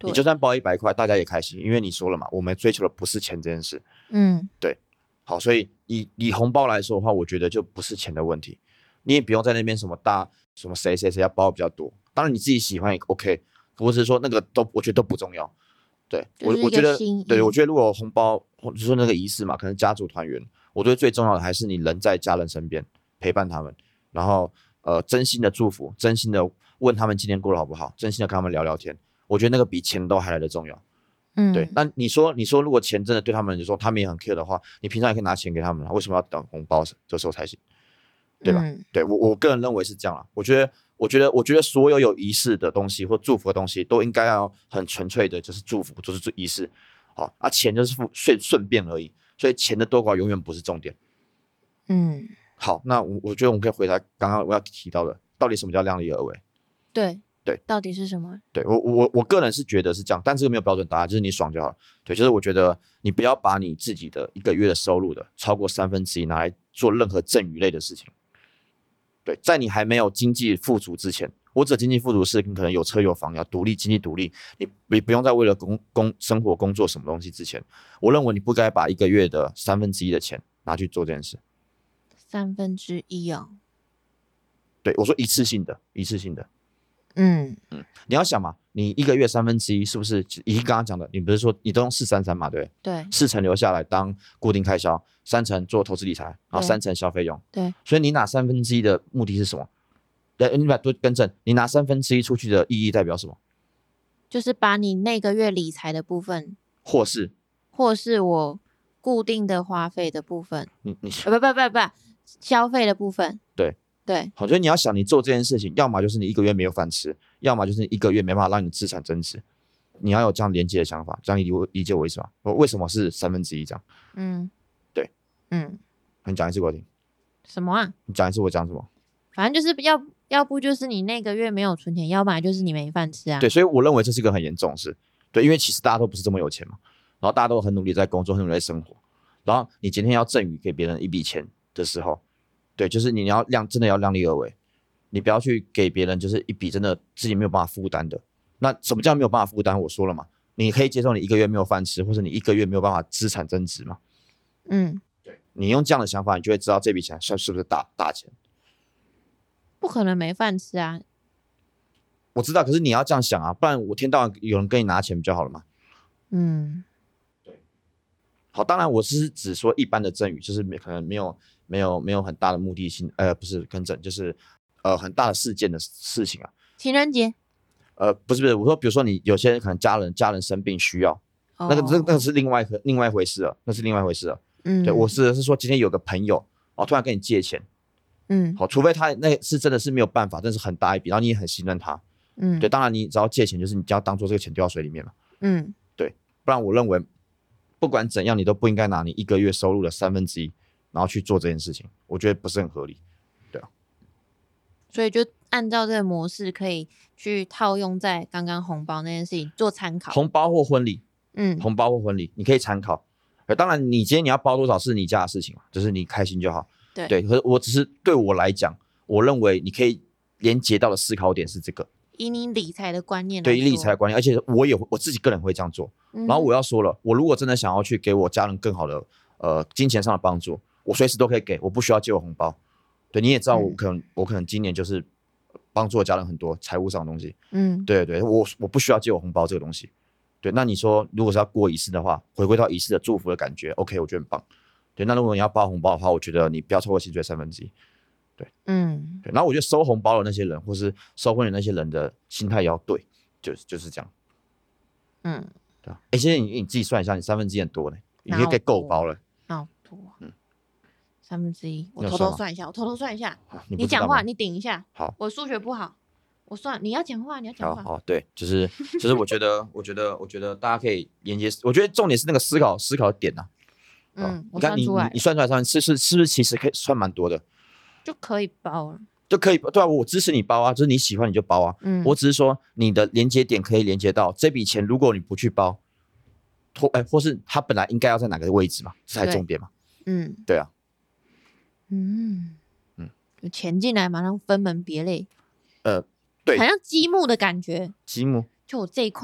你就算包一百块，大家也开心，因为你说了嘛，我们追求的不是钱这件事。 嗯， 对。好，所以以以红包来说的话，我觉得就不是钱的问题，你也不用在那边什么大什么谁谁谁要包比较多，当然你自己喜欢也 OK， 或者是说那个都我觉得都不重要。对，我我觉得，对我觉得如果红包或者说那个仪式嘛，可能家族团圆，我觉得最重要的还是你人在家人身边陪伴他们，然后呃真心的祝福，真心的问他们今天过得好不好，真心的跟他们聊聊天，我觉得那个比钱都还来得重要。 嗯， 对。那你说你说如果钱真的对他们来说他们也很 care 的话，你平常也可以拿钱给他们，为什么要等红包这时候才行？对吧？嗯、对我我个人认为是这样啦。我觉得我觉得我觉得所有有仪式的东西或祝福的东西都应该要很纯粹的，就是祝福，就是仪式。好啊，钱就是顺顺便而已，所以钱的多寡永远不是重点。 嗯， 好，那我我觉得我们可以回答刚刚我要提到的，到底什么叫量力而为？ 对对， 到底是什么？ 对我我我个人是觉得是这样，但这个没有标准答案，就是你爽就好。对，就是我觉得你不要把你自己的一个月的收入的超过三分之一拿来做任何赠与类的事情。对，在你还没有经济富足之前，我指经济富足是你可能有车有房，要独立经济独立，你你不用再为了工工生活工作什么东西之前，我认为你不该把一个月的三分之一的钱拿去做这件事。 三分之一哦。 对，我说一次性的，一次性的。 嗯嗯，你要想嘛，你一个月三分之一是不是已经刚刚讲的？你不是说你都用四三三嘛，对不对？ 对， 四成留下来当固定开销，三成做投资理财，然后三成消费用。 对， 所以你拿三分之一的目的是什么？呃，你把多更正，你拿三分之一出去的意义代表什么？ 就是把你那个月理财的部分， 或是或是我固定的花费的部分， 你你呃、不不不不，消费的部分。 对对， 好，所以你要想，你做这件事情，要么就是你一个月没有饭吃，要么就是一个月没办法让你资产增值。你要有这样连接的想法，这样你理解我意思吗？我为什么是三分之一这样？ 嗯， 对， 嗯， 你讲一次给我听。 什么啊？ 你讲一次我讲什么？ 反正就是要要不就是你那个月没有存钱，要不然就是你没饭吃啊。 对，所以我认为这是一个很严重的事。对，因为其实大家都不是这么有钱嘛，然后大家都很努力在工作，很努力在生活，然后你今天要赠予给别人一笔钱的时候，对，就是你要量真的要量力而为，你不要去给别人就是一笔真的自己没有办法负担的。那什么叫没有办法负担？我说了嘛，你可以接受你一个月没有饭吃，或者你一个月没有办法资产增值嘛？ 嗯， 对，你用这样的想法，你就会知道这笔钱算是不是大大钱。 不可能没饭吃啊！ 我知道，可是你要这样想啊，不然我天到晚有人跟你拿钱不就好了吗？ 嗯， 对。好，当然我是只说一般的赠与，就是可能没有没有没有很大的目的性，呃，不是更正，就是呃很大的事件的事情啊。 情人节。 呃，不是不是，我说比如说你有些可能家人家人生病需要， 哦、 那个那那个是另外一个另外一回事了，那是另外一回事了。 嗯， 对，我是是说今天有个朋友哦，突然跟你借钱。 嗯， 好，除非他那是真的是没有办法，但是很大一笔，然后你也很信任他。 嗯， 对，当然你只要借钱，就是你就要当做这个钱丢到水里面嘛。 嗯， 对，不然我认为不管怎样，你都不应该拿你一个月收入的三分之一，然后去做这件事情，我觉得不是很合理。对啊， 所以就按照这个模式，可以去套用在刚刚红包那件事情做参考。 红包或婚礼， 嗯， 红包或婚礼，你可以参考。当然，你今天你要包多少是你家的事情嘛，就是你开心就好。 对对，可是我只是对我来讲，我认为你可以连接到的思考点是这个。 以你理财的观念来对， 说， 以理财的观念，而且我也我自己个人会这样做。 嗯、 然后我要说了，我如果真的想要去给我家人更好的呃金钱上的帮助，我随时都可以给，我不需要借我红包。对，你也知道我可能、嗯、我可能今年就是帮助我家人很多财务上的东西。 嗯， 对对，我我不需要借我红包这个东西。对，那你说如果是要过仪式的话，回归到仪式的祝福的感觉 ，OK， 我觉得很棒。对，那如果你要包红包的话，我觉得你不要超过薪水三分之一。对， 嗯， 对。然后我觉得收红包的那些人，或是收婚的那些人的心态也要对，就是就是这样。 嗯， 对啊。哎，现在你你自己算一下，你三分之一很多呢，已经可以够包了。 好多，嗯，三分之一，我你偷偷算一下，我偷偷算一下。 你你讲话，你顶一下。 好， 我数学不好，我算。你要讲话，你要讲话。 好，好，对，就是就是我觉得，我觉得，我觉得大家可以连接，我觉得重点是那个思考思考的点啊。 嗯， 你看你你你算出来算是是是不是其实可以算蛮多的， 就可以包了， 就可以对啊，我支持你包啊，就是你喜欢你就包啊。 嗯， 我只是说你的连接点可以连接到这笔钱，如果你不去包，或哎或是它本来应该要在哪个位置嘛，这才重点嘛。 嗯， 对啊， 嗯嗯， 有钱进来马上分门别类， 呃，对， 好像积木的感觉， 积木， 就我这一块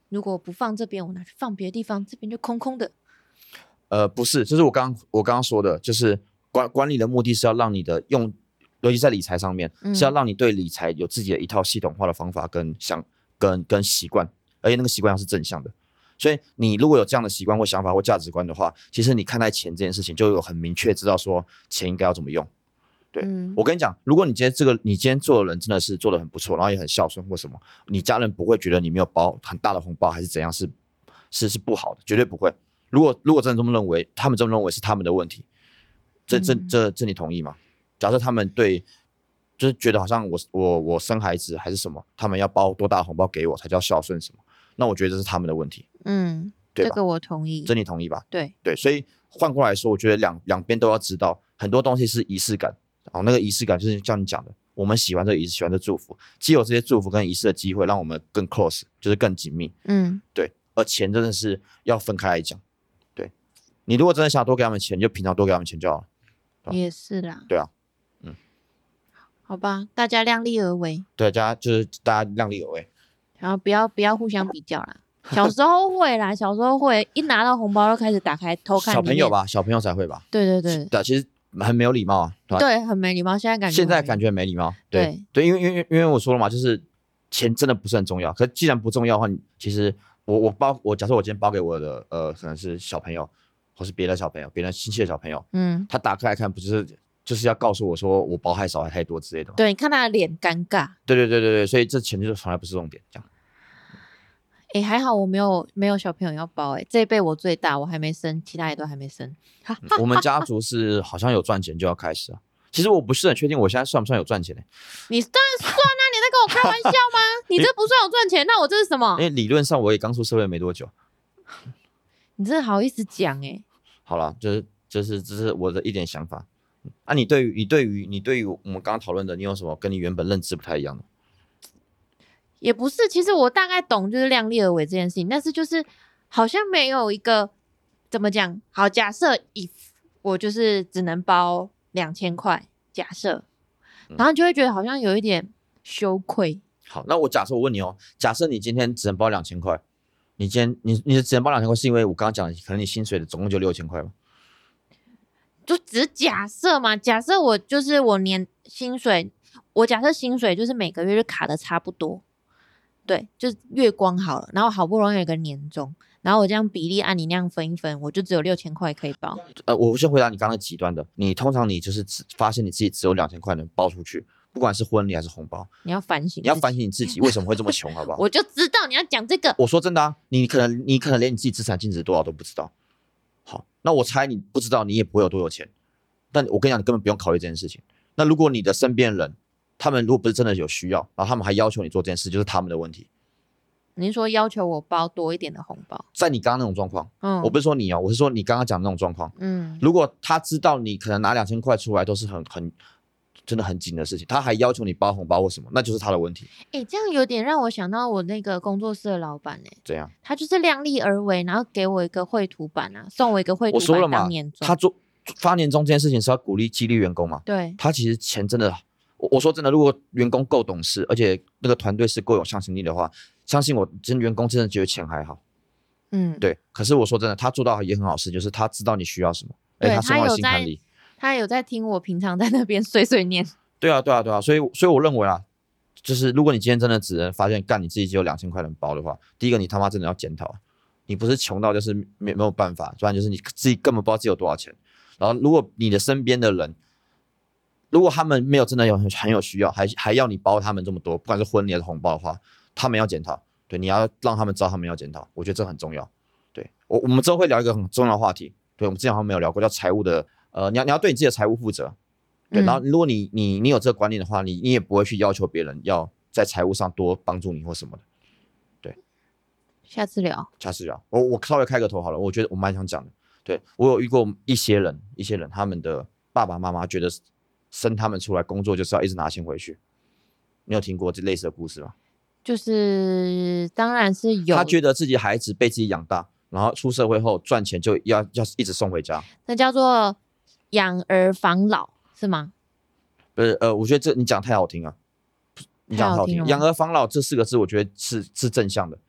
如果不放这边，我拿去放别的地方，这边就空空的。 呃，不是，就是我刚我刚刚说的，就是管管理的目的是要让你的用，尤其在理财上面，嗯、是要让你对理财有自己的一套系统化的方法跟想跟跟习惯，而且那个习惯要是正向的。所以你如果有这样的习惯或想法或价值观的话，其实你看待钱这件事情就有很明确知道说钱应该要怎么用。对、嗯、我跟你讲，如果你今天这个你今天做的人真的是做得很不错，然后也很孝顺或什么，你家人不会觉得你没有包很大的红包还是怎样是是是不好的，绝对不会。如果如果真的这么认为，他们这么认为是他们的问题，这这这这你同意吗？假设他们对就是觉得好像我我我生孩子还是什么，他们要包多大的红包给我才叫孝顺什么，那我觉得这是他们的问题。 嗯，对吧？这个我同意， 这你同意吧？ 对对，所以换过来说，我觉得两两边都要知道，很多东西是仪式感，然后那个仪式感就是像你讲的，我们喜欢这个仪式，喜欢这祝福，既有这些祝福跟仪式的机会，让我们更 close， 就是更紧密。嗯，对。而钱真的是要分开来讲。你如果真的想多给他们钱，你就平常多给他们钱就好了。 也是啦。 对啊，嗯， 好吧，大家量力而为。 对，大家就是大家量力而为， 然后不要不要互相比较啦。小时候会啦，小时候会一拿到红包就开始打开偷看。 小朋友吧，小朋友才会吧。 对对对， 对，其实很没有礼貌啊。对， 对很没礼貌。现在感觉现在感觉很没礼貌。对 对, 对，因为因为因为我说了嘛，就是钱真的不是很重要。可是既然不重要的话，其实我我包我假设我今天包给我的呃可能是小朋友。或是别的小朋友，别人亲戚的小朋友，嗯，他打开来看，不就是就是要告诉我说我包太少还太多之类的吗？ 对，你看他的脸尴尬。 对对对对对，所以这钱就从来不是重点，这样。 哎、欸，还好我没有没有小朋友要包、欸，哎，这一辈我最大，我还没生，其他也都还没生。 嗯、我们家族是好像有赚钱就要开始啊，其实我不是很确定我现在算不算有赚钱呢、欸？ 你当然算啊，你在跟我开玩笑吗？你这不算有赚钱，那我这是什么？ 因为理论上我也刚出社会没多久。 你真的好意思讲哎、欸？ 好了，就是就是这是我的一点想法。啊，你对于你对于你对于我们刚刚讨论的，你有什么跟你原本认知不太一样的？ 也不是，其实我大概懂就是量力而为这件事情，但是就是好像没有一个怎么讲。好，假设 if 我就是只能包两千块，假设，然后就会觉得好像有一点羞愧。 好，那我假设我问你哦，假设你今天只能包两千块。你今天你你只能包两千块，是因为我刚刚讲的，可能你薪水的总共就六千块吗？ 就只是假设嘛，假设我就是我年薪水，我假设薪水就是每个月就卡的差不多，对，就是月光好了，然后好不容易有一个年终，然后我这样比例按你那样分一分，我就只有六千块可以包。 呃，我先回答你刚刚极端的，你通常你就是发现你自己只有两千块能包出去。不管是婚礼还是红包， 你要反省， 你要反省你自己为什么会这么穷，好不好？ 我就知道你要讲这个。 我说真的啊，你可能你可能连你自己资产净值多少都不知道。好，那我猜你不知道，你也不会有多有钱。但我跟你讲，你根本不用考虑这件事情。那如果你的身边人，他们如果不是真的有需要，然后他们还要求你做这件事，就是他们的问题。 您说要求我包多一点的红包， 在你刚刚那种状况，嗯，我不是说你哦，我是说你刚刚讲的那种状况，嗯，如果他知道你可能拿两千块出来都是很很。真的很紧的事情，他还要求你包红包或什么，那就是他的问题。 哎、欸，这样有点让我想到我那个工作室的老板哎、欸， 怎样？ 他就是量力而为，然后给我一个绘图板啊，送我一个绘图板。 我说了嘛，他做发年终这件事情是要鼓励激励员工嘛。 对， 他其实钱真的，我我说真的，如果员工够懂事，而且那个团队是够有向心力的话，相信我，真员工真的觉得钱还好。嗯，对。可是我说真的，他做到也很好事，就是他知道你需要什么，而且他送到心坎里。 他有在听我平常在那边碎碎念。 对啊，对啊，对啊，所以所以我认为啊，就是如果你今天真的只能发现干你自己只有两千块能包的话，第一个你他妈真的要检讨，你不是穷到就是没没有办法，不然就是你自己根本不知道自己有多少钱。然后如果你的身边的人，如果他们没有真的有很很有需要，还还要你包他们这么多，不管是婚礼还是红包的话，他们要检讨。对，你要让他们知道他们要检讨，我觉得这很重要。对，我我们之后会聊一个很重要的话题，对，我们之前好像没有聊过，叫财务的。呃，你要你要对你自己的财务负责，对，嗯、然后如果你你你有这个观念的话，你你也不会去要求别人要在财务上多帮助你或什么的，对。 下次聊， 下次聊，我我稍微开个头好了，我觉得我蛮想讲的，对我有遇过一些人，一些人他们的爸爸妈妈觉得生他们出来工作就是要一直拿钱回去，你有听过这类似的故事吗？ 就是当然是有， 他觉得自己孩子被自己养大。然后出社会后赚钱就要要一直送回家， 那叫做养儿防老是吗？ 不是，呃，我觉得这你讲太好听了，你讲太好听了。养儿防老这四个字，我觉得是是正向的，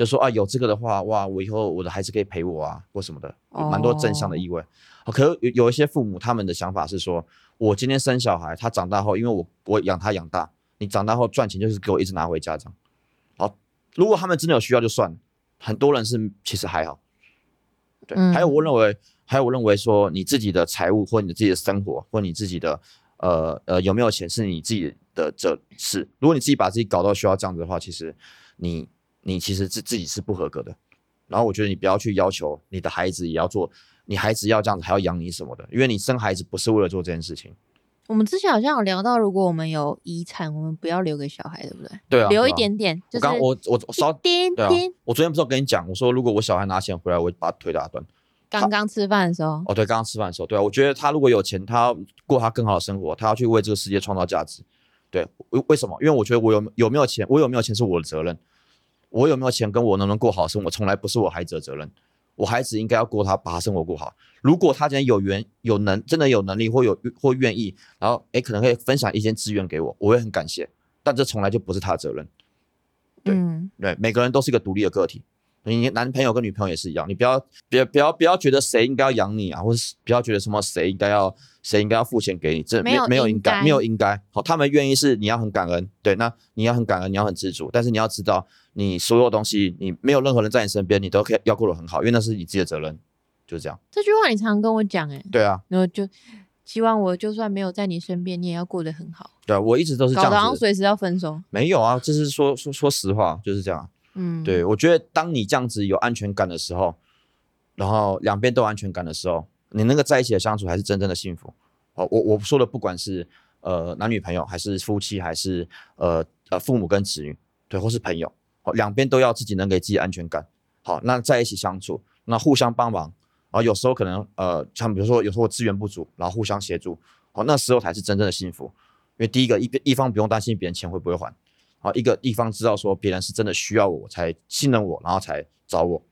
就说啊有这个的话，哇，我以后我的孩子可以陪我啊，或什么的，有蛮多正向的意味。哦、可是有有一些父母他们的想法是说，我今天生小孩，他长大后，因为我我养他养大，你长大后赚钱就是给我一直拿回家这样。好，如果他们真的有需要就算了，很多人是其实还好。对，嗯、还有我认为，还有我认为说，你自己的财务或你自己的生活或你自己的呃呃有没有钱是你自己的这事。如果你自己把自己搞到需要这样子的话，其实你你其实自自己是不合格的。然后我觉得你不要去要求你的孩子也要做，你孩子要这样子还要养你什么的，因为你生孩子不是为了做这件事情。 我们之前好像有聊到，如果我们有遗产，我们不要留给小孩，对不对？ 对啊， 留一点点。 就是、我刚我我我稍点点、 啊。我昨天不是有跟你讲，我说如果我小孩拿钱回来，我会把他腿打断。 刚刚吃饭的时候。 哦，对，刚刚吃饭的时候，对啊，我觉得他如果有钱，他要过他更好的生活，他要去为这个世界创造价值。对，为什么？因为我觉得我有有没有钱，我有没有钱是我的责任。我有没有钱跟我能不能过好生活，从来不是我孩子的责任。我孩子应该要过他把他生活过好。如果他今天有缘有能真的有能力或有或愿意，然后哎可能可以分享一些资源给我，我会很感谢。但这从来就不是他的责任。对、嗯、对，每个人都是一个独立的个体。你男朋友跟女朋友也是一样，你不要别不要不要觉得谁应该要养你啊，或是不要觉得什么谁应该要谁应该要付钱给你，这没有没有应该没有应该。好，他们愿意是你要很感恩，对，那你要很感恩，你要很知足，但是你要知道，你所有东西你没有任何人在你身边，你都可以要过得很好，因为那是你自己的责任，就是这样。 这句话你常常跟我讲，哎， 对啊， 然后就希望我就算没有在你身边，你也要过得很好。 对啊，我一直都是这样子， 搞得好像随时要分手。 没有啊，这是说说说实话，就是这样。嗯，对，我觉得当你这样子有安全感的时候，然后两边都有安全感的时候，你那个在一起的相处还是真正的幸福。哦，我我说的不管是呃男女朋友，还是夫妻，还是呃呃父母跟子女，对，或是朋友，哦，两边都要自己能给自己安全感。好，那在一起相处，那互相帮忙，然后有时候可能呃像比如说有时候资源不足，然后互相协助，好，那时候才是真正的幸福。因为第一个一一方不用担心别人钱会不会还。好，一个地方知道说别人是真的需要我才信任我，然后才找我。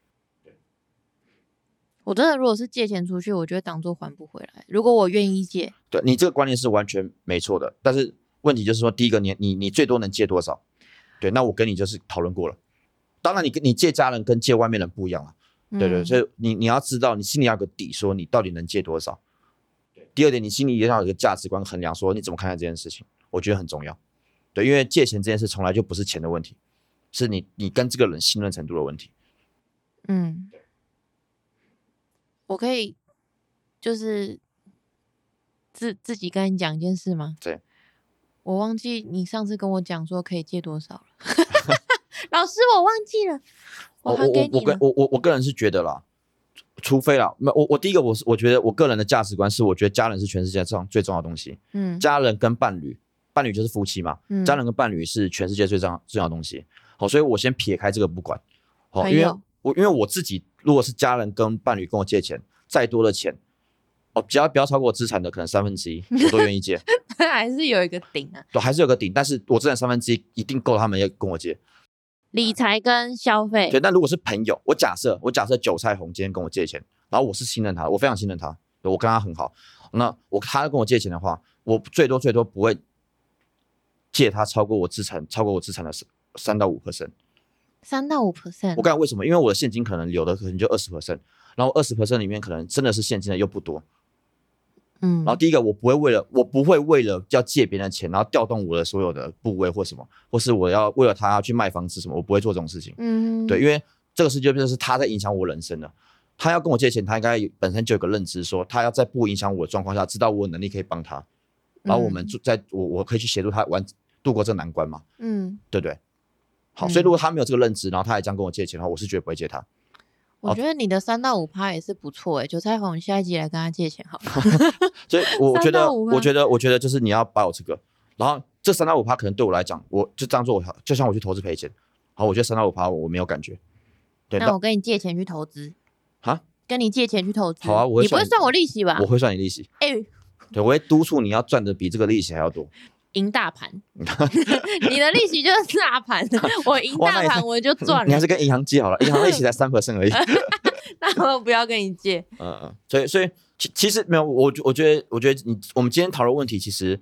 我真的如果是借钱出去，我就会当作还不回来。如果我愿意借， 对，你这个观念是完全没错的，但是问题就是说，第一个你你你最多能借多少？对，那我跟你就是讨论过了。当然你你借家人跟借外面人不一样啊，对对，嗯、所以你你要知道，你心里要有个底，说你到底能借多少。第二点，你心里也要有个价值观衡量，说你怎么看待这件事情，我觉得很重要。对，因为借钱这件事从来就不是钱的问题，是你你跟这个人信任程度的问题。 嗯，我可以就是自自己跟你讲一件事吗？ 对， 我忘记你上次跟我讲说可以借多少了，老师我忘记了，我还给你了。 我我我我个人是觉得啦，除非啦，我我第一个我是我觉得我个人的价值观是，我觉得家人是全世界上最重要的东西。嗯，家人跟伴侣。伴侣就是夫妻嘛，嗯、家人跟伴侣是全世界最重要重要的东西。好，所以我先撇开这个不管。好，因为我因为我自己如果是家人跟伴侣跟我借钱，再多的钱，哦，只要不要超过我资产的可能三分之一，我都愿意借。 还是有一个顶啊， 对，还是有个顶，但是我资产三分之一一定够他们要跟我借。 理财跟消费， 对，但如果是朋友，我假设我假设韭菜红今天跟我借钱，然后我是信任他，我非常信任他，我跟他很好，那我他跟我借钱的话，我最多最多不会借他超过我资产，超过我资产的三到五 percent， 三到五 percent。 我刚才为什么？因为我的现金可能有的可能就二十 percent， 然后二十 percent 里面可能真的是现金的又不多。嗯，然后第一个我不会为了我不会为了要借别人的钱，然后调动我的所有的部位或什么，或是我要为了他要去卖房子什么，我不会做这种事情。嗯，对，因为这个世界就是他在影响我人生的。他要跟我借钱，他应该本身就有个认知，说他要在不影响我的状况下，知道我有能力可以帮他。然后我们在我我可以去协助他完度过这个难关嘛，嗯，对不对？好，所以如果他没有这个认知，然后他还这样跟我借钱的话，我是绝对不会借他。 我觉得你的三到五趴也是不错哎，韭菜红下一集来跟他借钱好了。 所以我觉得，我觉得，我觉得就是你要保有这个，然后这三到五趴可能对我来讲，我就当做我就像我去投资赔钱，好，我觉得三到五趴我没有感觉。 对，那我跟你借钱去投资啊？ 跟你借钱去投资， 好啊，我会你不会算我利息吧？ 我会算你利息。 哎、欸， 对，我会督促你要赚的比这个利息还要多。 赢大盘，你的利息就是大盘，我赢大盘我就赚了。 你还是跟银行借好了，银行利息才三 percent 而已。 那我不要跟你借。 嗯嗯，所以所以其其实没有，我我觉得我觉得你我们今天讨论问题，其实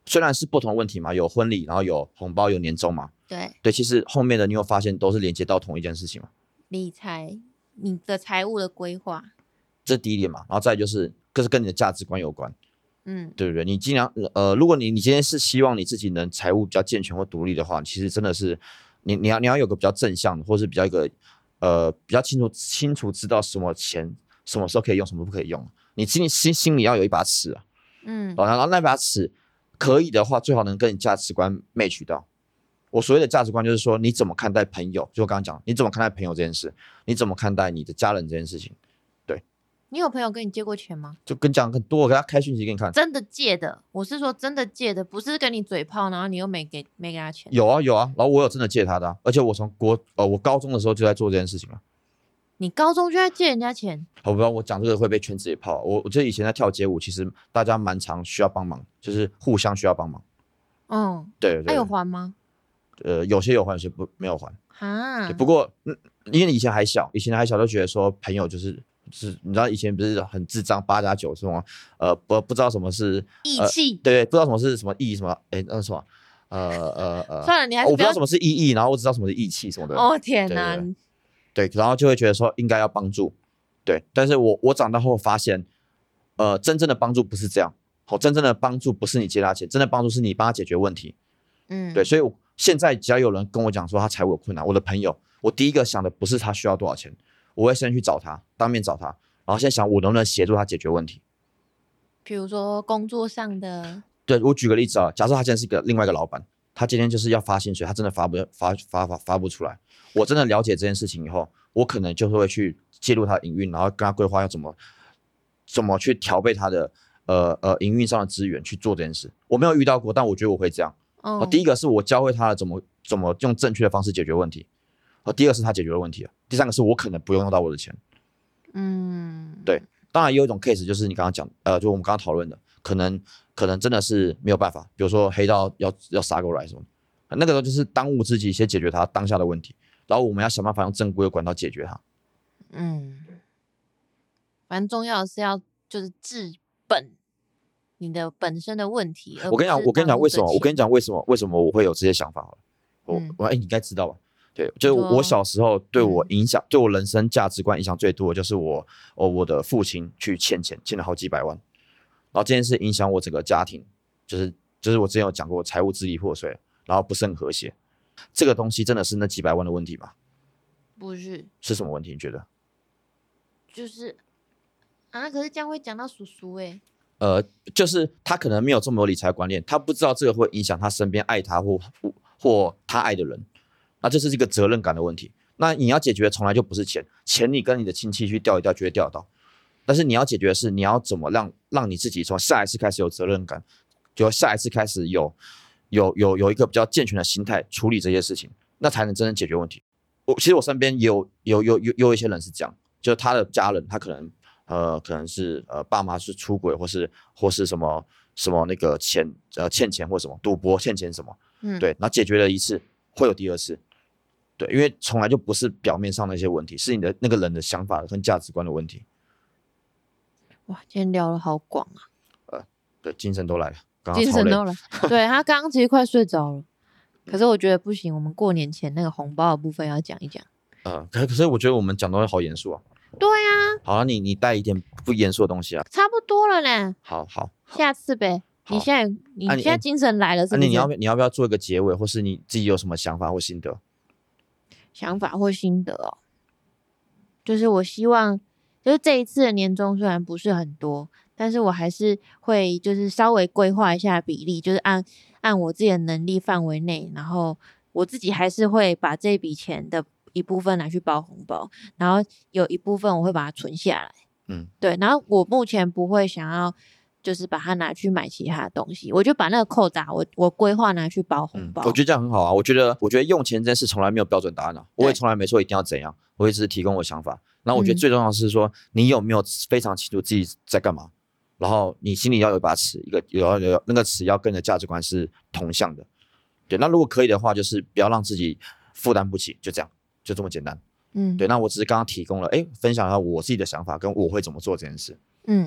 虽然是不同的问题嘛，有婚礼，然后有红包，有年终嘛， 对对，其实后面的你有发现都是连接到同一件事情嘛， 理财，你的财务的规划， 这是第一点嘛，然后再来就是这是跟你的价值观有关， 嗯， 对不对？你尽量呃，如果你你今天是希望你自己能财务比较健全或独立的话，其实真的是你你要你要有个比较正向的，或是比较一个呃比较清楚清楚知道什么钱什么时候可以用，什么不可以用，你心里心心里要有一把尺啊， 嗯， 然后那把尺可以的话，最好能跟你价值观 match 到。我所谓的价值观就是说，你怎么看待朋友？就我刚刚讲，你怎么看待朋友这件事？你怎么看待你的家人这件事情？对， 你有朋友跟你借过钱吗？ 就跟讲很多，我给他开讯息给你看。 真的借的，我是说真的借的，不是跟你嘴炮，然后你又没给没给他钱。 有啊有啊，然后我有真的借他的、啊，而且我从国呃我高中的时候就在做这件事情了。 你高中就在借人家钱？ 我不知道我讲这个会被圈子给泡。我我记得以前在跳街舞，其实大家蛮常需要帮忙，就是互相需要帮忙。 嗯， 对对对。 他、有还吗？ 呃，有些有还，有些不没有还。 哈， 不过，嗯，因为以前还小，以前还小，就觉得说朋友就是是，你知道以前不是很智障，八加九什么，呃，不不知道什么是义气、 呃，对，不知道什么是什么义什么，哎，那什么，呃呃呃， 算了，你还是我不知道什么是义义，然后我只知道什么是义气什么的。 哦天哪！ 对，然后就会觉得说应该要帮助，对，但是我我长大后发现，呃，真正的帮助不是这样，好、哦，真正的帮助不是你借他钱，真的帮助是你帮他解决问题。 嗯， 对，所以现在只要有人跟我讲说他财务有困难，我的朋友，我第一个想的不是他需要多少钱，我会先去找他，当面找他，然后先想我能不能协助他解决问题。 比如说工作上的， 对，我举个例子啊，假设他现在是一个另外一个老板，他今天就是要发薪水，他真的发不发发发发不出来，我真的了解这件事情以后，我可能就会去介入他的营运，然后跟他规划要怎么怎么去调配他的呃呃营运上的资源去做这件事。我没有遇到过，但我觉得我会这样。哦，第一个是我教会他怎么怎么用正确的方式解决问题，哦，第二个是他解决了问题了，第三个是我可能不用用到我的钱。 嗯， 对，当然也有一种 case 就是你刚刚讲，呃，就我们刚刚讨论的，可能可能真的是没有办法，比如说黑道要要杀过来什么，那个时候就是当务之急，先解决他当下的问题，然后我们要想办法用正规的管道解决它。 嗯，反正重要的是要就是治本。你的本身的问题， 我跟你讲，我跟你讲为什么？我跟你讲为什么？为什么我会有这些想法？我、嗯、我哎、欸，你应该知道吧？对，就是我小时候对我影响、嗯，对我人生价值观影响最多的就是我哦，我的父亲去欠钱，欠了好几百万，然后这件事影响我整个家庭，就是就是我之前有讲过，财务支离破碎，然后不是很和谐。这个东西真的是那几百万的问题吗？ 不是， 是什么问题？你觉得？ 就是啊，可是这样会讲到叔叔哎、欸。 呃，就是他可能没有这么有理财观念，他不知道这个会影响他身边爱他或或他爱的人，那这是一个责任感的问题。那你要解决的从来就不是钱，钱你跟你的亲戚去调一调就会调得到，但是你要解决的是你要怎么让让你自己从下一次开始有责任感，就下一次开始有有有有一个比较健全的心态处理这些事情，那才能真正解决问题。我其实我身边也有有有有有一些人是这样，就是他的家人他可能。呃，可能是呃爸妈是出轨，或是或是什么什么那个钱呃欠钱或什么赌博欠钱什么，嗯，对，然后解决了一次，会有第二次，对，因为从来就不是表面上那些问题，是你的那个人的想法跟价值观的问题。 哇，今天聊得好广啊！ 呃，对，精神都来了，刚刚精神都来，对他刚刚其实快睡着了，可是我觉得不行，我们过年前那个红包的部分要讲一讲。 呃，可可是我觉得我们讲东西好严肃啊。 对啊， 好啊，你你带一点不严肃的东西啊， 差不多了呢。 好好， 下次呗。你现在你现在精神来了是不是？ 啊、你, 你要你要不要做一个结尾，或是你自己有什么想法或心得？ 想法或心得哦，就是我希望，就是这一次的年终虽然不是很多，但是我还是会就是稍微规划一下比例，就是按按我自己的能力范围内，然后我自己还是会把这笔钱的一部分拿去包红包，然后有一部分我会把它存下来，嗯，对，然后我目前不会想要就是把它拿去买其他的东西，我就把那个扣打我我规划拿去包红包、 嗯。我觉得这样很好啊，我觉得我觉得用钱这件事从来没有标准答案啊，我也从来没说一定要怎样，我也只是提供我想法。那我觉得最重要的是说、嗯、你有没有非常清楚自己在干嘛，然后你心里要有一把尺，一个有有那个尺要跟你的价值观是同向的。对，那如果可以的话，就是不要让自己负担不起，就这样。就这么简单，嗯，对，那我只是刚刚提供了，哎，分享一下我自己的想法跟我会怎么做这件事， 嗯，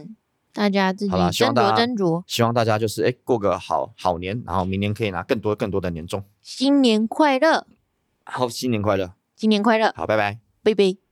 大家自己好啦，希斟酌望大家斟酌。 希望大家就是哎过个好好年，然后明年可以拿更多更多的年终。 新年快乐， 好，新年快乐！ 新年快乐， 好，拜拜。 拜拜。